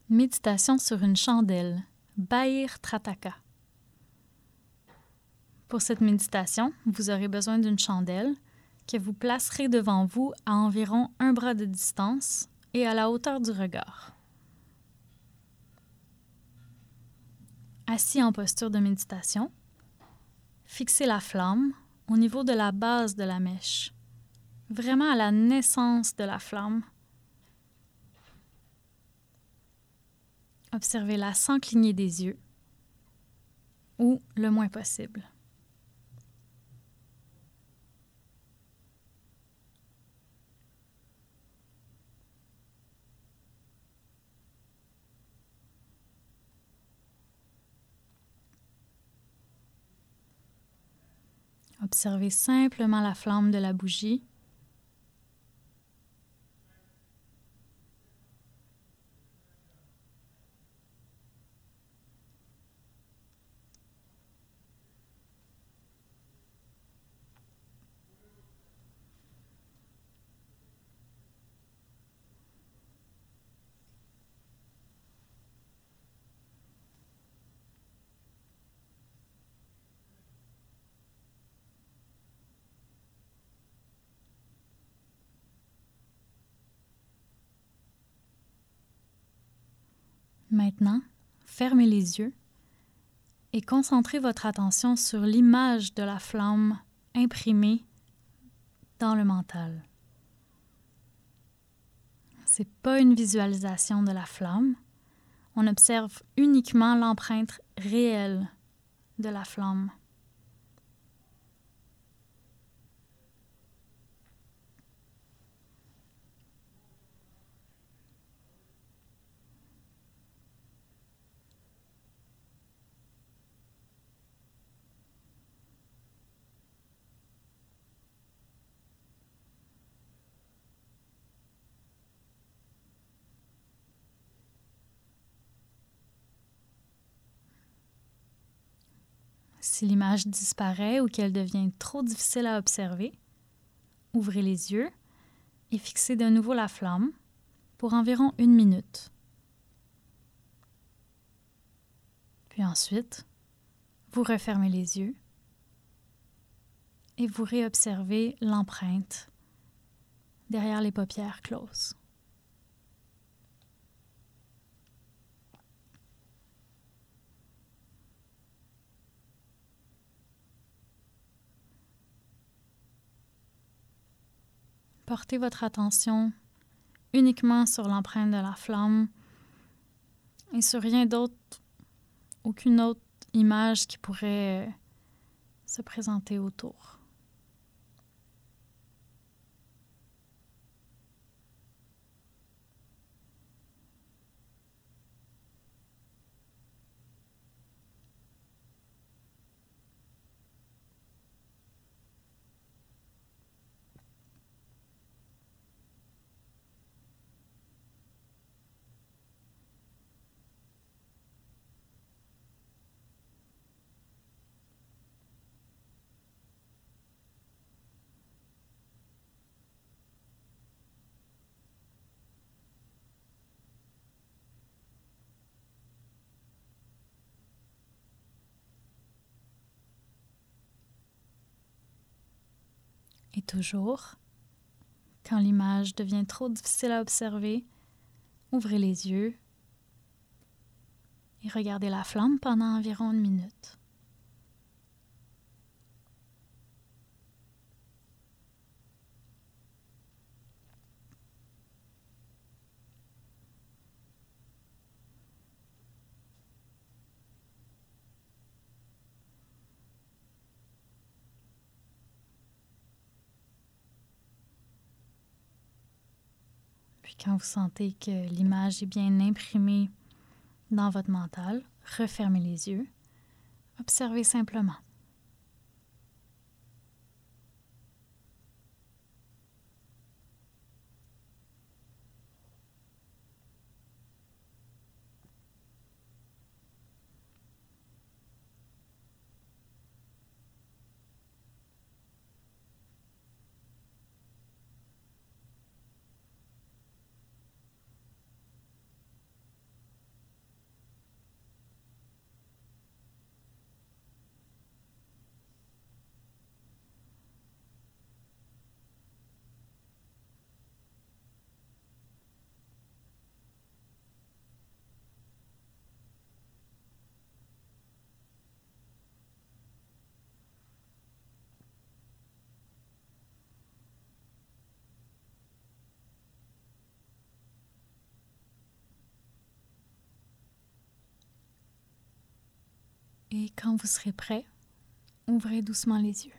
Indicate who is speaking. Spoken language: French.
Speaker 1: Méditation sur une chandelle, Bahir Trataka. Pour cette méditation, vous aurez besoin d'une chandelle que vous placerez devant vous à environ un bras de distance et à la hauteur du regard. Assis en posture de méditation, fixez la flamme au niveau de la base de la mèche, vraiment à la naissance de la flamme. Observez-la sans cligner des yeux ou le moins possible. Observez simplement la flamme de la bougie. Maintenant, fermez les yeux et concentrez votre attention sur l'image de la flamme imprimée dans le mental. Ce n'est pas une visualisation de la flamme, on observe uniquement l'empreinte réelle de la flamme. Si l'image disparaît ou qu'elle devient trop difficile à observer, ouvrez les yeux et fixez de nouveau la flamme pour environ 1 minute. Puis ensuite, vous refermez les yeux et vous réobservez l'empreinte derrière les paupières closes. Portez votre attention uniquement sur l'empreinte de la flamme et sur rien d'autre, aucune autre image qui pourrait se présenter autour. Et toujours, quand l'image devient trop difficile à observer, ouvrez les yeux et regardez la flamme pendant environ 1 minute. Puis quand vous sentez que l'image est bien imprimée dans votre mental, refermez les yeux, observez simplement. Et quand vous serez prêt, ouvrez doucement les yeux.